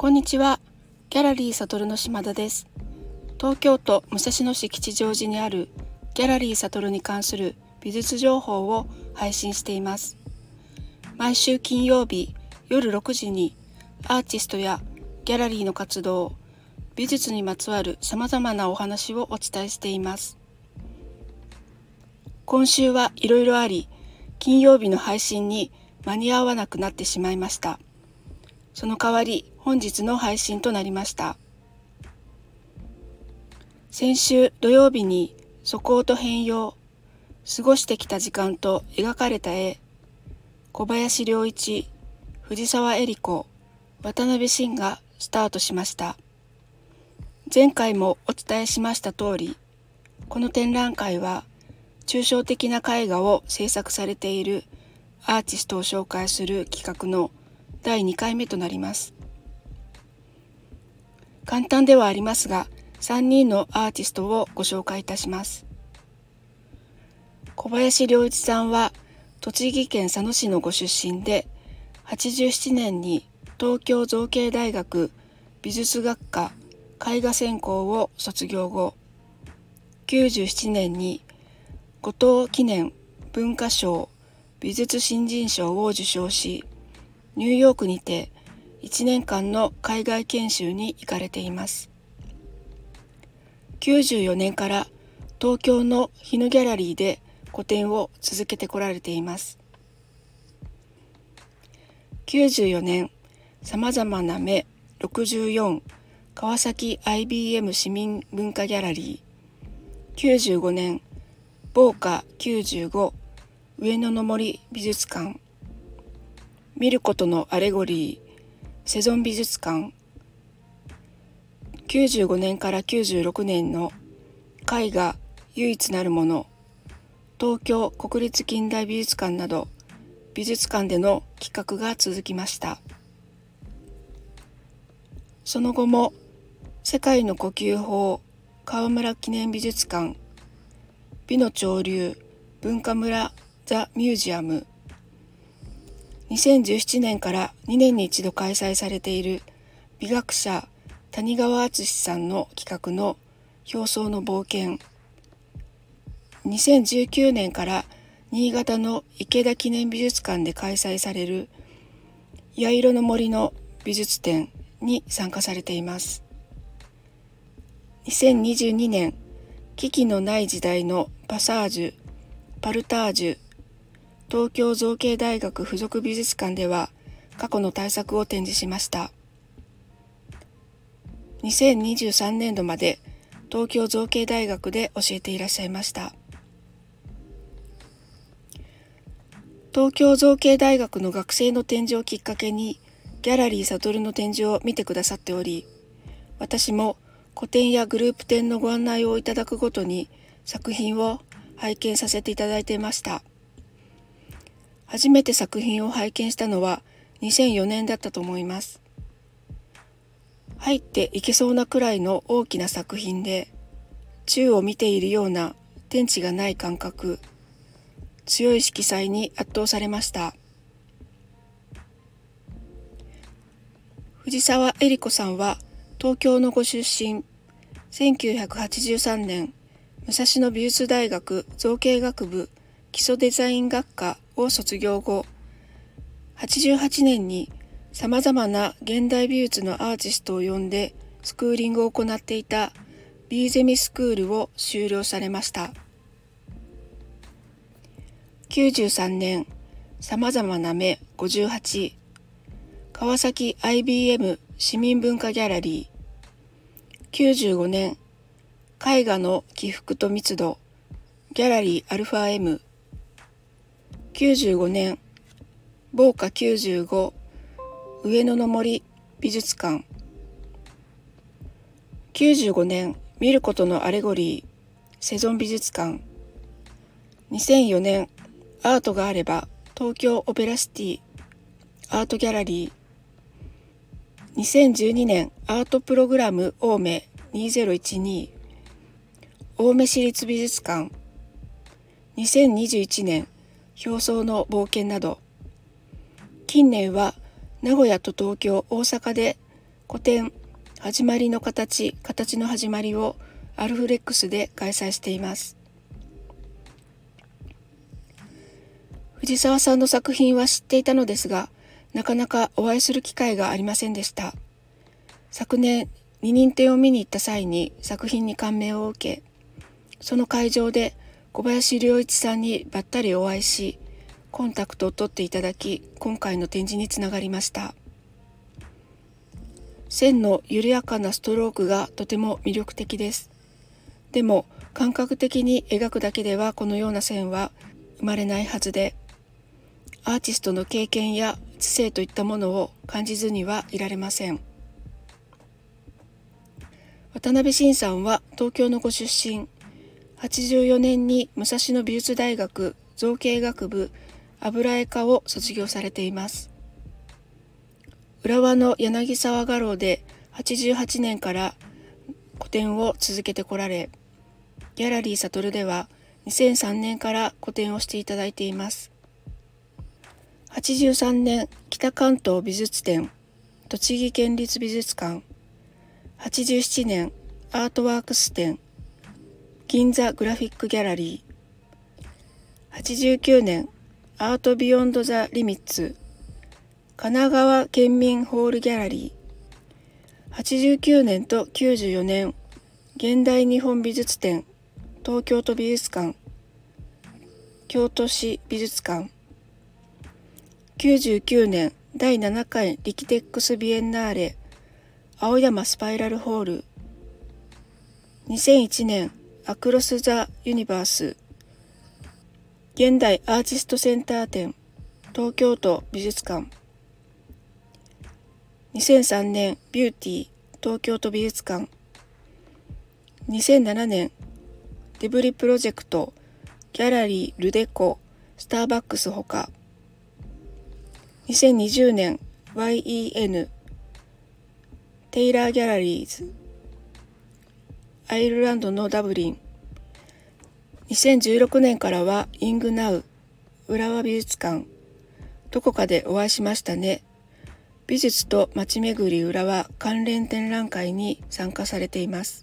こんにちは。ギャラリー悟の島田です。東京都武蔵野市吉祥寺にあるギャラリー悟に関する美術情報を配信しています。毎週金曜日夜6時にアーティストやギャラリーの活動、美術にまつわる様々なお話をお伝えしています。今週はいろいろあり、金曜日の配信に間に合わなくなってしまいました。その代わり本日の配信となりました。先週土曜日に素行と変容、過ごしてきた時間と描かれた絵、小林良一、藤沢恵理子、渡辺晋がスタートしました。前回もお伝えしました通り、この展覧会は抽象的な絵画を制作されているアーティストを紹介する企画の第2回目となります。簡単ではありますが、3人のアーティストをご紹介いたします。小林良一さんは栃木県佐野市のご出身で、87年に東京造形大学美術学科絵画専攻を卒業後、97年に後藤記念文化賞美術新人賞を受賞し、ニューヨークにて1年間の海外研修に行かれています。94年から東京の日野ギャラリーで個展を続けてこられています。94年、さまざまな目64川崎 IBM 市民文化ギャラリー、95年、防火95上野の森美術館、見ることのアレゴリーセゾン美術館、95年から96年の絵画唯一なるもの東京国立近代美術館など美術館での企画が続きました。その後も世界の呼吸法川村記念美術館、美の潮流文化村ザ・ミュージアム、2017年から2年に一度開催されている美学者谷川敦さんの企画の表層の冒険、2019年から新潟の池田記念美術館で開催される八色の森の美術展に参加されています。2022年、危機のない時代のパサージュ、パルタージュ、東京造形大学附属美術館では過去の大作を展示しました。2023年度まで東京造形大学で教えていらっしゃいました。東京造形大学の学生の展示をきっかけにギャラリー悟の展示を見てくださっており、私も個展やグループ展のご案内をいただくごとに作品を拝見させていただいていました。初めて作品を拝見したのは2004年だったと思います。入っていけそうなくらいの大きな作品で、宙を見ているような天地がない感覚、強い色彩に圧倒されました。藤沢恵理子さんは東京のご出身、1983年、武蔵野美術大学造形学部基礎デザイン学科を卒業後、88年にさまざまな現代美術のアーティストを呼んでスクーリングを行っていたビーゼミスクールを修了されました。93年、さまざまな目58川崎 IBM 市民文化ギャラリー、95年、絵画の起伏と密度ギャラリーアルファ M、95年、防火95上野の森美術館、95年、見ることのアレゴリーセゾン美術館、2004年、アートがあれば東京オペラシティアートギャラリー、2012年、アートプログラム青梅2012青梅市立美術館、2021年、表層の冒険など、近年は名古屋と東京、大阪で個展始まりの形の始まりをアルフレックスで開催しています。藤沢さんの作品は知っていたのですが、なかなかお会いする機会がありませんでした。昨年、二人展を見に行った際に作品に感銘を受け、その会場で小林良一さんにばったりお会いし、コンタクトを取っていただき、今回の展示につながりました。線の緩やかなストロークがとても魅力的です。でも、感覚的に描くだけではこのような線は生まれないはずで、アーティストの経験や知性といったものを感じずにはいられません。渡辺晋さんは東京のご出身、84年に武蔵野美術大学造形学部油絵科を卒業されています。浦和の柳沢画廊で88年から個展を続けてこられ、ギャラリー悟では2003年から個展をしていただいています。83年北関東美術展栃木県立美術館、87年アートワークス展銀座グラフィックギャラリー、89年アートビヨンドザリミッツ神奈川県民ホールギャラリー、89年と94年現代日本美術展東京都美術館京都市美術館、99年第7回リキテックスビエンナーレ青山スパイラルホール、2001年アクロス・ザ・ユニバース現代アーティストセンター展東京都美術館、2003年ビューティー東京都美術館、2007年デブリプロジェクトギャラリールデコスターバックスほか、2020年 YEN テイラーギャラリーズアイルランドのダブリン、2016年からはイングナウ浦和美術館、どこかでお会いしましたね。美術と街巡り浦和関連展覧会に参加されています。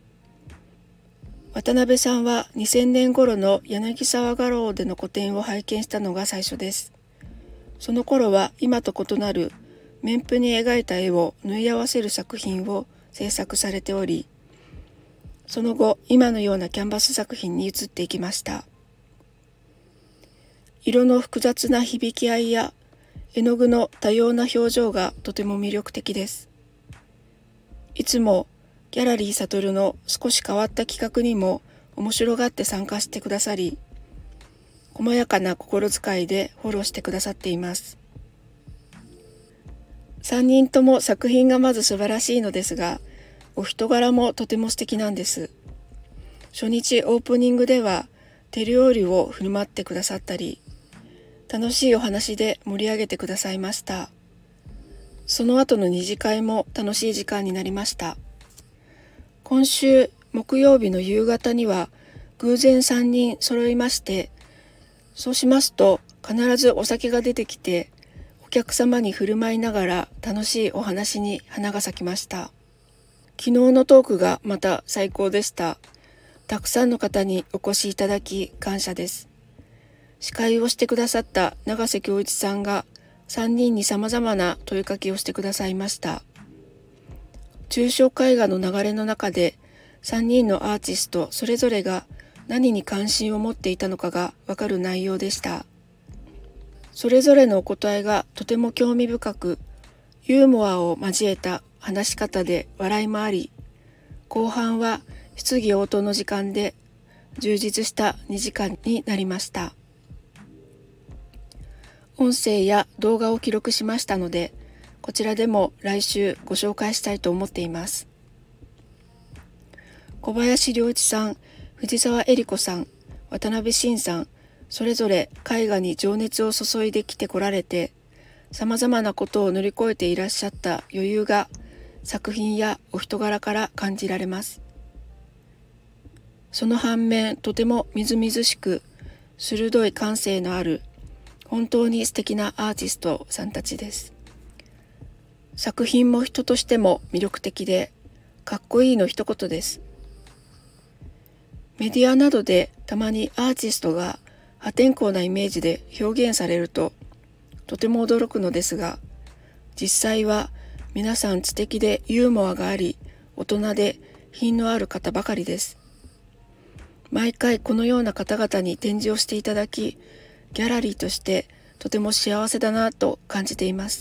渡辺さんは2000年頃の柳沢画廊での個展を拝見したのが最初です。その頃は今と異なる面譜に描いた絵を縫い合わせる作品を制作されており、その後今のようなキャンバス作品に移っていきました。色の複雑な響き合いや絵の具の多様な表情がとても魅力的です。いつもギャラリー悟の少し変わった企画にも面白がって参加してくださり、細やかな心遣いでフォローしてくださっています。3人とも作品がまず素晴らしいのですが、お人柄もとても素敵なんです。初日オープニングでは手料理を振る舞ってくださったり、楽しいお話で盛り上げてくださいました。その後の二次会も楽しい時間になりました。今週木曜日の夕方には偶然3人揃いまして、そうしますと必ずお酒が出てきて、お客様に振る舞いながら楽しいお話に花が咲きました。昨日のトークがまた最高でした。たくさんの方にお越しいただき感謝です。司会をしてくださった永瀬恭一さんが3人に様々な問いかけをしてくださいました。抽象絵画の流れの中で3人のアーティストそれぞれが何に関心を持っていたのかがわかる内容でした。それぞれのお答えがとても興味深く、ユーモアを交えた話し方で笑いもあり、後半は質疑応答の時間で充実した2時間になりました。音声や動画を記録しましたので、こちらでも来週ご紹介したいと思っています。小林良一さん、藤沢恵理子さん、渡辺晋さん、それぞれ絵画に情熱を注いできてこられて、様々なことを乗り越えていらっしゃった余裕が作品やお人柄から感じられます。その反面、とてもみずみずしく、鋭い感性のある、本当に素敵なアーティストさんたちです。 作品も人としても魅力的で、かっこいいの一言です。メディアなどでたまにアーティストが破天荒なイメージで表現されると、とても驚くのですが、実際は皆さん知的でユーモアがあり、大人で品のある方ばかりです。毎回このような方々に展示をしていただき、ギャラリーとしてとても幸せだなと感じています。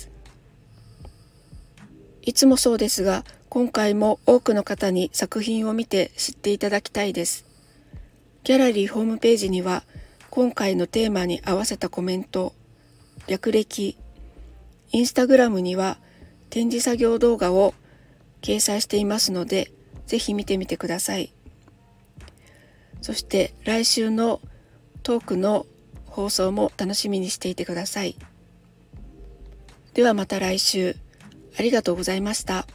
いつもそうですが、今回も多くの方に作品を見て知っていただきたいです。ギャラリーホームページには、今回のテーマに合わせたコメント、略歴、インスタグラムには展示作業動画を掲載していますので、ぜひ見てみてください。そして来週のトークの放送も楽しみにしていてください。ではまた来週、ありがとうございました。